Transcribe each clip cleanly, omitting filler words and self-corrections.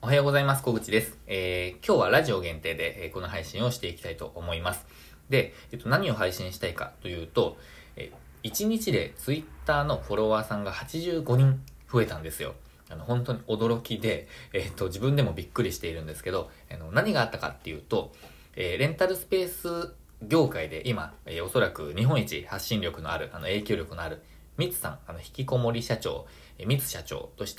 おはようございます。小口です。今日はラジオ限定で、この配信をしていきたいと思います。で、何を配信したいかというと、1日で Twitter のフォロワーさんが85人増えたんですよ。本当に驚きで、自分でもびっくりしているんですけど、何があったかっていうと、レンタルスペース業界で今、おそらく日本一発信力のある、影響力のあるミツさん、引きこもり社長、ミツ社長として、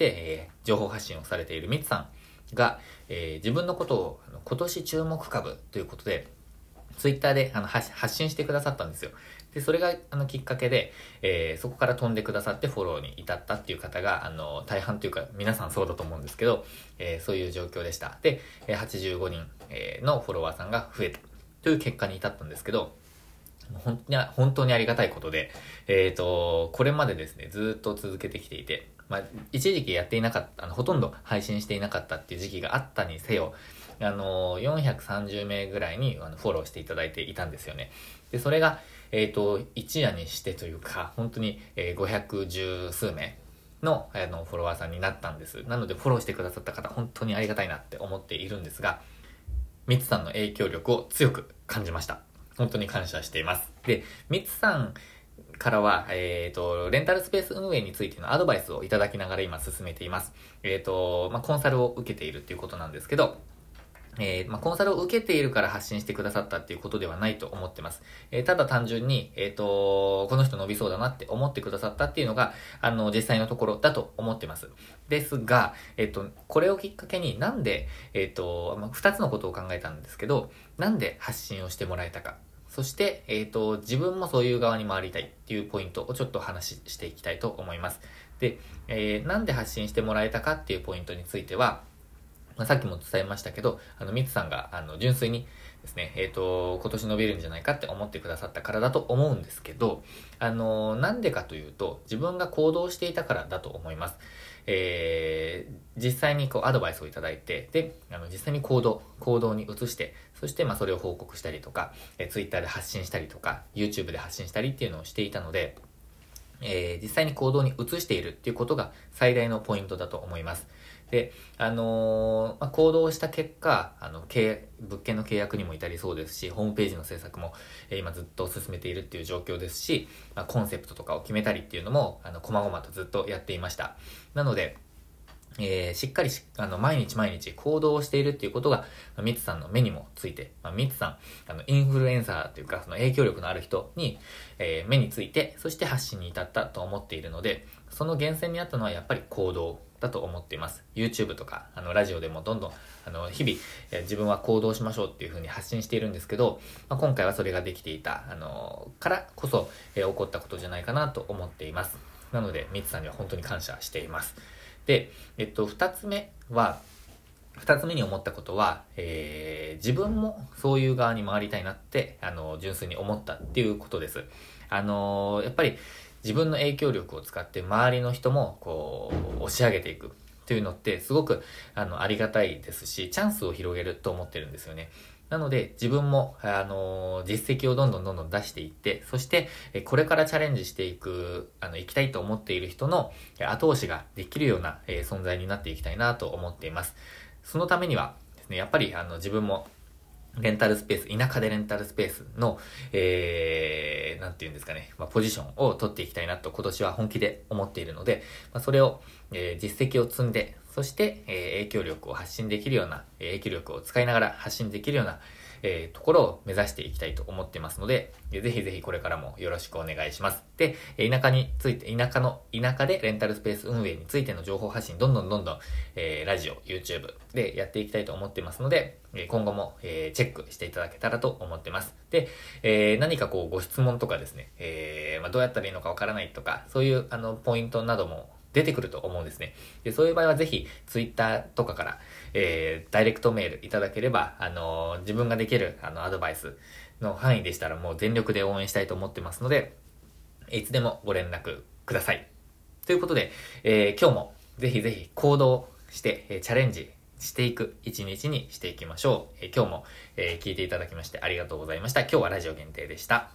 情報発信をされているミツさんが、自分のことを今年注目株ということで、ツイッターで発信してくださったんですよ。で、それがきっかけで、そこから飛んでくださってフォローに至ったっていう方が、大半というか皆さんそうだと思うんですけど、そういう状況でした。で、85人のフォロワーさんが増えたという結果に至ったんですけど、本当にありがたいことで、これまでですね、ずっと続けてきていて、一時期やっていなかった、ほとんど配信していなかったっていう時期があったにせよ、430名ぐらいにフォローしていただいていたんですよね。で、それが、一夜にしてというか、本当に、510数名の、フォロワーさんになったんです。なので、フォローしてくださった方、本当にありがたいなって思っているんですが、ミツさんの影響力を強く感じました。本当に感謝しています。で、ミツさんからは、レンタルスペース運営についてのアドバイスをいただきながら今進めています。コンサルを受けているっていうことなんですけど、コンサルを受けているから発信してくださったっていうことではないと思ってます。ただ単純に、この人伸びそうだなって思ってくださったっていうのが、実際のところだと思ってます。ですが、これをきっかけになんで、二つのことを考えたんですけど、なんで発信をしてもらえたか。そして、自分もそういう側に回りたいっていうポイントをちょっと話していきたいと思います。で、なんで発信してもらえたかっていうポイントについては、さっきも伝えましたけど、ミツさんが、純粋にですね、今年伸びるんじゃないかって思ってくださったからだと思うんですけど、なんでかというと、自分が行動していたからだと思います。実際にアドバイスをいただいて、で、実際に行動に移して、そしてそれを報告したりとか、Twitter で発信したりとか、YouTube で発信したりっていうのをしていたので、実際に行動に移しているっていうことが最大のポイントだと思います。で、行動した結果、物件の契約にも至りそうですし、ホームページの制作も、今ずっと進めているっていう状況ですし、コンセプトとかを決めたりっていうのも、細々とずっとやっていました。なので、しっかり毎日行動をしているっていうことが、ミツさんの目にもついて、ミツさん、インフルエンサーというか、その影響力のある人に、目について、そして発信に至ったと思っているので、その源泉にあったのはやっぱり行動だと思っています。YouTube とか、ラジオでもどんどん、日々、自分は行動しましょうっていう風に発信しているんですけど、今回はそれができていた、からこそ、起こったことじゃないかなと思っています。なので、ミツさんには本当に感謝しています。で、二つ目に思ったことは、自分もそういう側に回りたいなって、純粋に思ったっていうことです。やっぱり自分の影響力を使って周りの人も押し上げていくっていうのってすごくありがたいですし、チャンスを広げると思ってるんですよね。なので自分も、実績をどんどん出していって、そして、これからチャレンジしていきたいと思っている人の後押しができるような、存在になっていきたいなと思っています。そのためにはですね、やっぱり自分も田舎でレンタルスペースの、なんていうんですかね、ポジションを取っていきたいなと今年は本気で思っているので、それを、実績を積んで、そして、影響力を発信できるような、影響力を使いながら発信できるような、ところを目指していきたいと思っていますので、ぜひぜひこれからもよろしくお願いします。で、田舎でレンタルスペース運営についての情報発信どんどん、ラジオ、YouTube でやっていきたいと思っていますので、今後も、チェックしていただけたらと思ってます。で、何かご質問とかですね、どうやったらいいのかわからないとか、そういうポイントなども出てくると思うんですね。で、そういう場合はぜひ、ツイッターとかから、ダイレクトメールいただければ、自分ができる、アドバイスの範囲でしたらもう全力で応援したいと思ってますので、いつでもご連絡ください。ということで、今日もぜひぜひ行動して、チャレンジしていく一日にしていきましょう。今日も、聞いていただきましてありがとうございました。今日はラジオ限定でした。